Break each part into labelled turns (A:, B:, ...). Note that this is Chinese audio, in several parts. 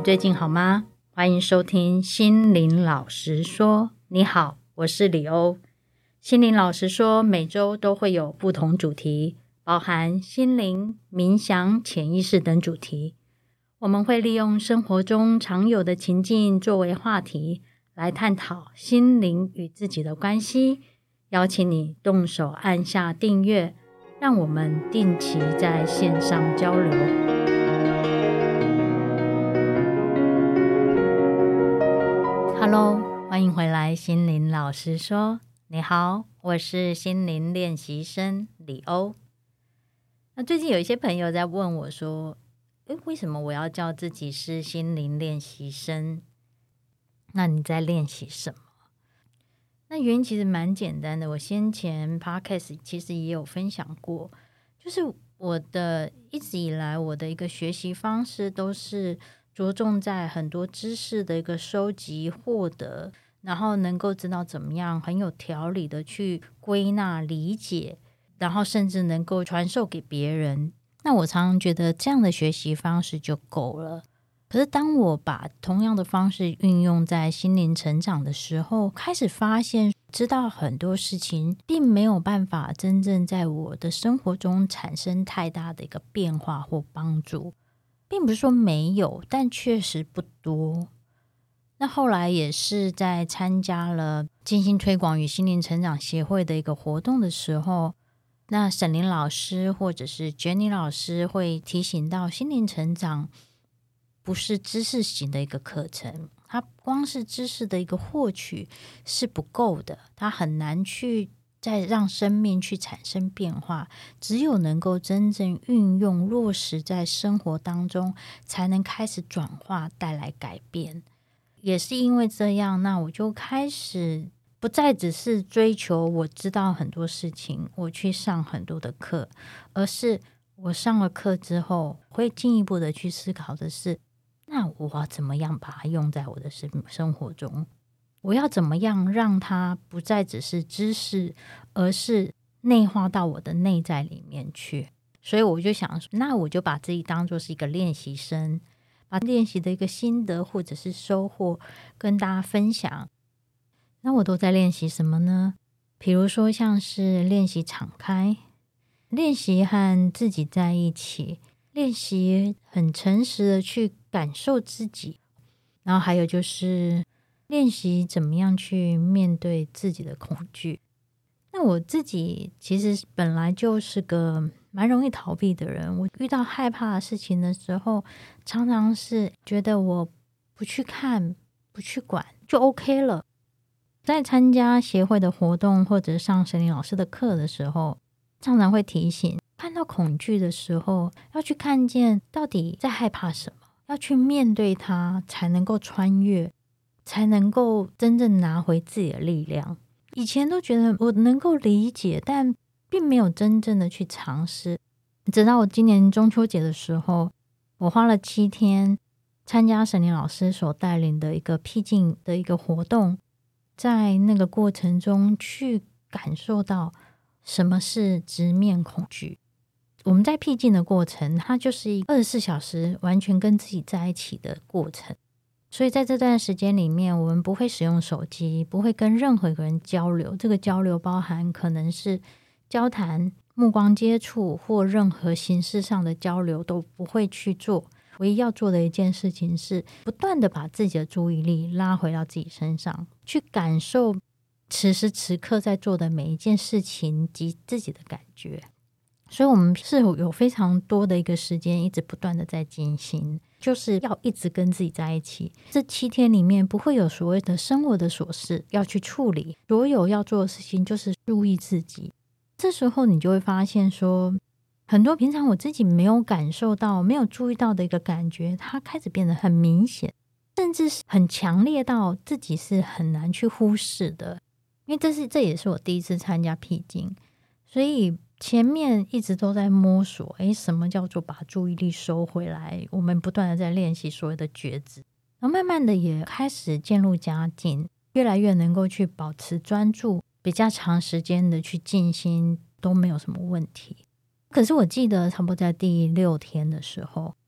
A: 最近好吗？欢迎收听心灵老实说。你好，我是李欧。心灵老实说每周都会有不同主题，包含心灵、冥想、潜意识等主题。我们会利用生活中常有的情境作为话题，来探讨心灵与自己的关系。邀请你动手按下订阅，让我们定期在线上交流。Hello， 欢迎回来心灵老实说。你好，我是心灵练习生李欧。那最近有一些朋友在问我说，为什么我要叫自己是心灵练习生？那你在练习什么？那原因其实蛮简单的，我先前 podcast 其实也有分享过，就是我的一直以来我的一个学习方式都是着重在很多知识的一个收集获得，然后能够知道怎么样很有条理的去归纳理解，然后甚至能够传授给别人。那我常常觉得这样的学习方式就够了。可是当我把同样的方式运用在心灵成长的时候，开始发现知道很多事情并没有办法真正在我的生活中产生太大的一个变化或帮助，并不是说没有，但确实不多。那后来也是在参加了静心推广与心灵成长协会的一个活动的时候，那沈伶老师或者是 Jenny 老师会提醒到心灵成长不是知识型的一个课程，它光是知识的一个获取是不够的，它很难去再让生命去产生变化，只有能够真正运用落实在生活当中，才能开始转化带来改变。也是因为这样，那我就开始不再只是追求我知道很多事情，我去上很多的课，而是我上了课之后会进一步的去思考的是，那我要怎么样把它用在我的生活中，我要怎么样让它不再只是知识，而是内化到我的内在里面去。所以我就想说，那我就把自己当作是一个练习生，把练习的一个心得或者是收获跟大家分享。那我都在练习什么呢？比如说像是练习敞开，练习和自己在一起，练习很诚实的去感受自己，然后还有就是练习怎么样去面对自己的恐惧。那我自己其实本来就是个蛮容易逃避的人，我遇到害怕的事情的时候，常常是觉得我不去看不去管就 OK 了。在参加协会的活动或者上沈伶老师的课的时候，常常会提醒，看到恐惧的时候要去看见到底在害怕什么，要去面对它，才能够穿越，才能够真正拿回自己的力量。以前都觉得我能够理解，但并没有真正的去尝试。直到我今年中秋节的时候，我花了7天参加沈伶老师所带领的一个僻静的一个活动，在那个过程中去感受到什么是直面恐惧。我们在僻静的过程，它就是一个24小时完全跟自己在一起的过程。所以在这段时间里面，我们不会使用手机，不会跟任何一个人交流。这个交流包含可能是交谈、目光接触或任何形式上的交流都不会去做。唯一要做的一件事情是不断的把自己的注意力拉回到自己身上，去感受此时此刻在做的每一件事情及自己的感觉。所以我们是有非常多的一个时间一直不断的在进行，就是要一直跟自己在一起。这7天里面不会有所谓的生活的琐事要去处理，所有要做的事情就是注意自己。这时候你就会发现说，很多平常我自己没有感受到、没有注意到的一个感觉，它开始变得很明显，甚至是很强烈到自己是很难去忽视的。因为这也是我第一次参加僻静，所以前面一直都在摸索，什么叫做把注意力收回来？我们不断的在练习所谓的觉知，然后慢慢的也开始渐入佳境，越来越能够去保持专注，比较长时间的去静心都没有什么问题。可是我记得差不多在第6天的时候，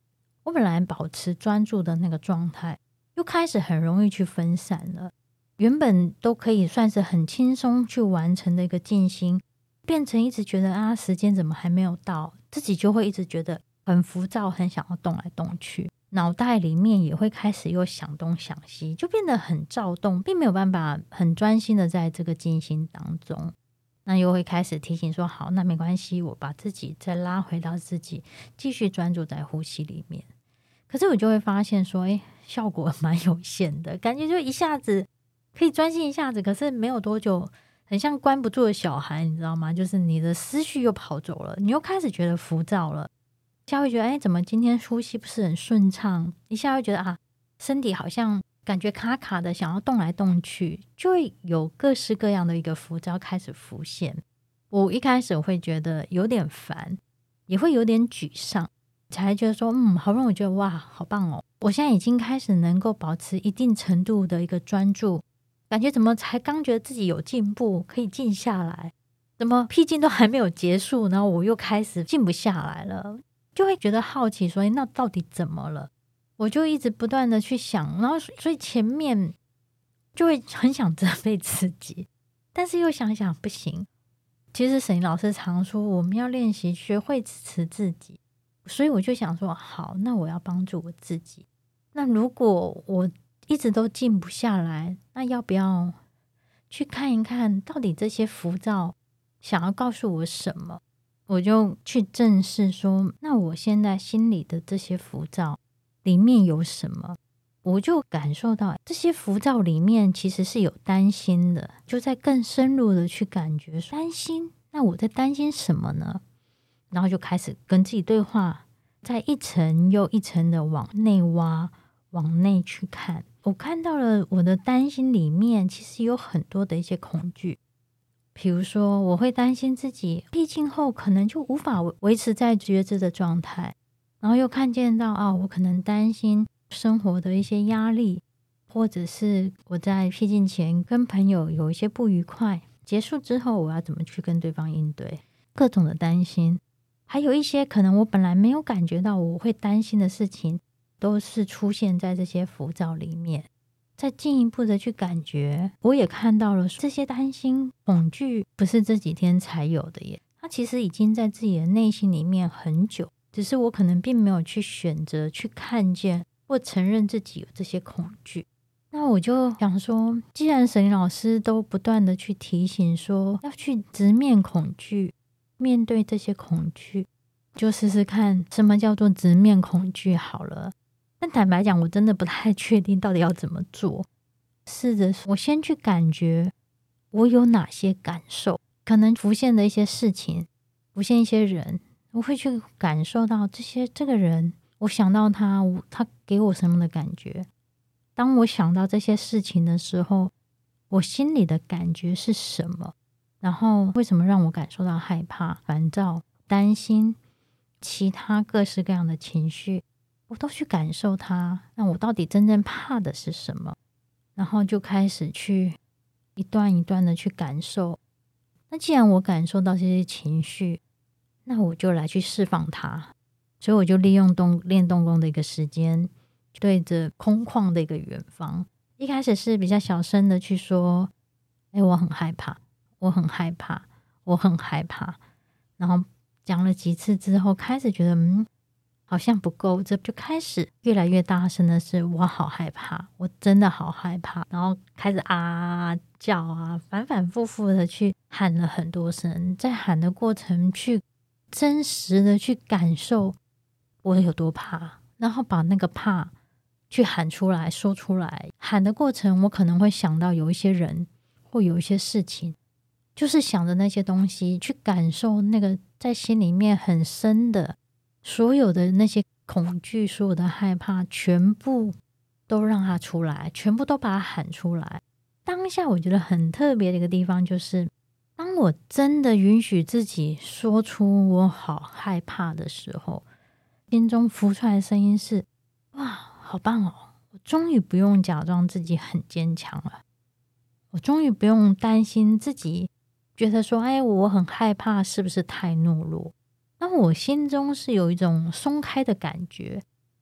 A: 我本来保持专注的那个状态又开始很容易去分散了，原本都可以算是很轻松去完成的一个静心，变成一直觉得时间怎么还没有到，自己就会一直觉得很浮躁，很想要动来动去，脑袋里面也会开始又想东想西，就变得很躁动，并没有办法很专心的在这个静心当中。那又会开始提醒说，好，那没关系，我把自己再拉回到自己，继续专注在呼吸里面。可是我就会发现说，效果蛮有限的，感觉就一下子可以专心一下子，可是没有多久，很像关不住的小孩，你知道吗？就是你的思绪又跑走了，你又开始觉得浮躁了，一下会觉得怎么今天呼吸不是很顺畅，一下会觉得身体好像感觉卡卡的，想要动来动去，就会有各式各样的一个浮躁开始浮现。我一开始会觉得有点烦，也会有点沮丧，才觉得说好不容易觉得哇好棒哦，我现在已经开始能够保持一定程度的一个专注，感觉怎么才刚觉得自己有进步，可以静下来，怎么僻静都还没有结束，然后我又开始静不下来了，就会觉得好奇说那到底怎么了。我就一直不断的去想，然后所以前面就会很想责备自己，但是又想想不行。其实沈老师常说我们要练习学会支持自己，所以我就想说好，那我要帮助我自己。那如果我一直都静不下来，那要不要去看一看到底这些浮躁想要告诉我什么？我就去正视说，那我现在心里的这些浮躁里面有什么？我就感受到这些浮躁里面其实是有担心的，就在更深入的去感觉担心，那我在担心什么呢？然后就开始跟自己对话，在一层又一层的往内挖，往内去看。我看到了我的担心里面其实有很多的一些恐惧，比如说我会担心自己闭静后可能就无法维持在觉知的状态，然后又看见到我可能担心生活的一些压力，或者是我在僻静前跟朋友有一些不愉快，结束之后我要怎么去跟对方应对，各种的担心。还有一些可能我本来没有感觉到我会担心的事情，都是出现在这些浮躁里面。再进一步的去感觉，我也看到了这些担心恐惧不是这几天才有的耶，它其实已经在自己的内心里面很久，只是我可能并没有去选择去看见或承认自己有这些恐惧。那我就想说，既然沈老师都不断的去提醒说要去直面恐惧，面对这些恐惧，就试试看什么叫做直面恐惧好了。但坦白讲，我真的不太确定到底要怎么做。试着我先去感觉我有哪些感受，可能浮现的一些事情，浮现一些人，我会去感受到这个人，我想到他给我什么的感觉。当我想到这些事情的时候，我心里的感觉是什么？然后为什么让我感受到害怕、烦躁、担心，其他各式各样的情绪，我都去感受它。那我到底真正怕的是什么？然后就开始去一段一段的去感受。那既然我感受到这些情绪，那我就来去释放它。所以我就利用练动功的一个时间，对着空旷的一个远方，一开始是比较小声的去说，我很害怕，我很害怕，我很害怕。然后讲了几次之后，开始觉得好像不够，这就开始越来越大声的是，我好害怕，我真的好害怕。然后开始叫反反复复的去喊了很多声，在喊的过程去真实的去感受我有多怕，然后把那个怕去喊出来说出来。喊的过程我可能会想到有一些人或有一些事情，就是想着那些东西，去感受那个在心里面很深的所有的那些恐惧，所有的害怕，全部都让它出来，全部都把它喊出来。当下我觉得很特别的一个地方，就是当我真的允许自己说出我好害怕的时候，心中浮出来的声音是，哇，好棒哦，我终于不用假装自己很坚强了，我终于不用担心自己觉得说，我很害怕是不是太懦弱。那我心中是有一种松开的感觉，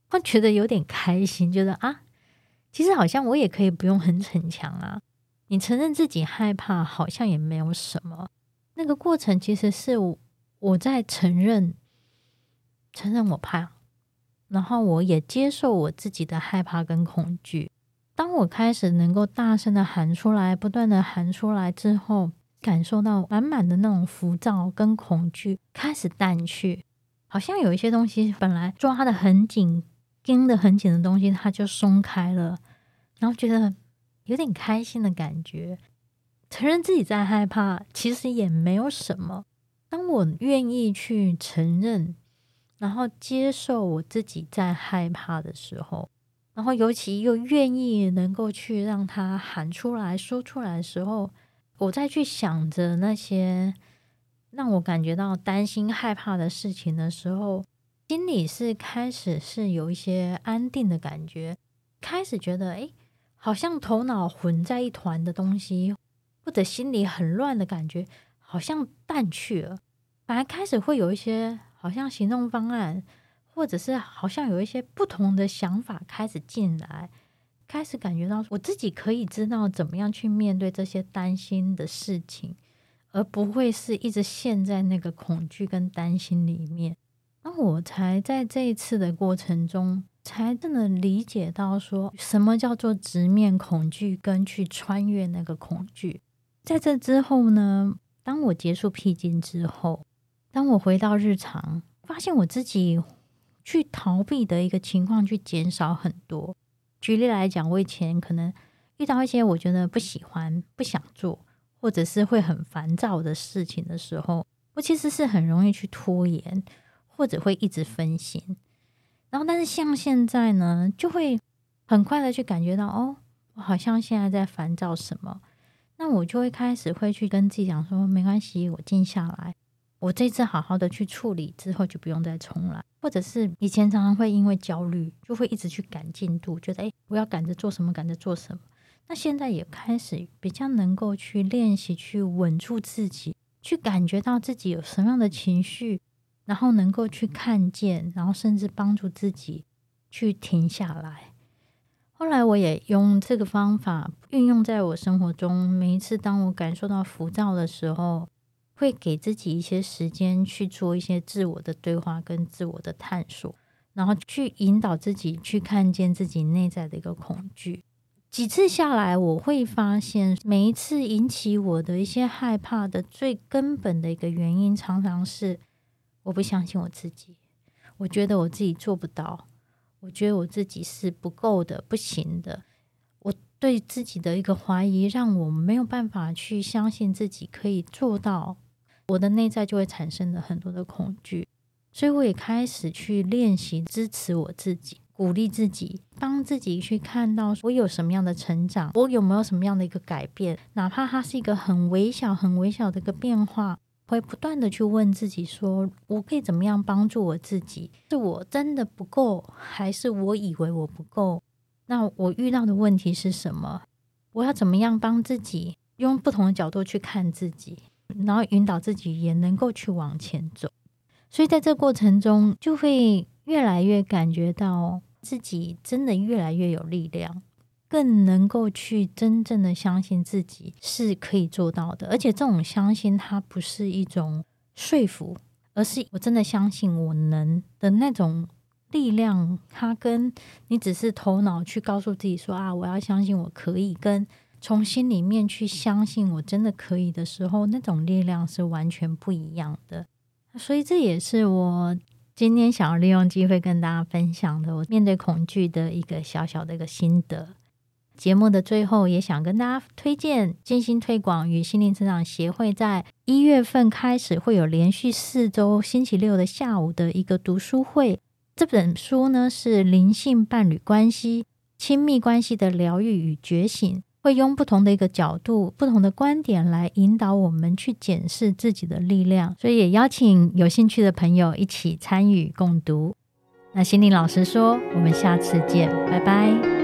A: 会觉得有点开心，觉得其实好像我也可以不用很逞强啊，你承认自己害怕好像也没有什么。那个过程其实是我在承认我怕，然后我也接受我自己的害怕跟恐惧。当我开始能够大声的喊出来，不断的喊出来之后，感受到满满的那种浮躁跟恐惧开始淡去，好像有一些东西本来抓得很紧盯得很紧的东西它就松开了，然后觉得有点开心的感觉。承认自己在害怕其实也没有什么，当我愿意去承认然后接受我自己在害怕的时候，然后尤其又愿意能够去让它喊出来说出来的时候，我再去想着那些让我感觉到担心害怕的事情的时候，心里是开始是有一些安定的感觉，开始觉得好像头脑混在一团的东西，或者心里很乱的感觉好像淡去了，反而开始会有一些好像行动方案，或者是好像有一些不同的想法开始进来，开始感觉到我自己可以知道怎么样去面对这些担心的事情，而不会是一直陷在那个恐惧跟担心里面。那我才在这一次的过程中才真的理解到说什么叫做直面恐惧跟去穿越那个恐惧。在这之后呢，当我结束僻静之后，当我回到日常，发现我自己去逃避的一个情况去减少很多。举例来讲，我以前可能遇到一些我觉得不喜欢不想做，或者是会很烦躁的事情的时候，我其实是很容易去拖延，或者会一直分心。然后但是像现在呢，就会很快的去感觉到我好像现在在烦躁什么，那我就会开始会去跟自己讲说没关系，我静下来，我这次好好的去处理之后就不用再重来。或者是以前常常会因为焦虑就会一直去赶进度，觉得我要赶着做什么赶着做什么。那现在也开始比较能够去练习去稳住自己，去感觉到自己有什么样的情绪，然后能够去看见，然后甚至帮助自己去停下来。后来我也用这个方法运用在我生活中，每一次当我感受到浮躁的时候，会给自己一些时间去做一些自我的对话跟自我的探索，然后去引导自己去看见自己内在的一个恐惧。几次下来，我会发现每一次引起我的一些害怕的最根本的一个原因，常常是我不相信我自己，我觉得我自己做不到，我觉得我自己是不够的不行的，我对自己的一个怀疑让我没有办法去相信自己可以做到，我的内在就会产生了很多的恐惧。所以我也开始去练习支持我自己，鼓励自己，帮自己去看到我有什么样的成长，我有没有什么样的一个改变，哪怕它是一个很微小很微小的一个变化，会不断的去问自己说我可以怎么样帮助我自己，是我真的不够，还是我以为我不够，那我遇到的问题是什么，我要怎么样帮自己用不同的角度去看自己，然后引导自己也能够去往前走。所以在这过程中就会越来越感觉到自己真的越来越有力量，更能够去真正的相信自己是可以做到的。而且这种相信它不是一种说服，而是我真的相信我能的那种力量，它跟你只是头脑去告诉自己说我要相信我可以，跟从心里面去相信我真的可以的时候，那种力量是完全不一样的。所以这也是我今天想要利用机会跟大家分享的，我面对恐惧的一个小小的一个心得。节目的最后也想跟大家推荐静心推广与心灵成长协会在1月份开始会有连续4周星期六的下午的一个读书会。这本书呢是灵性伴侣关系亲密关系的疗愈与觉醒，会用不同的一个角度不同的观点来引导我们去检视自己的力量，所以也邀请有兴趣的朋友一起参与共读。那心灵老师说我们下次见，拜拜。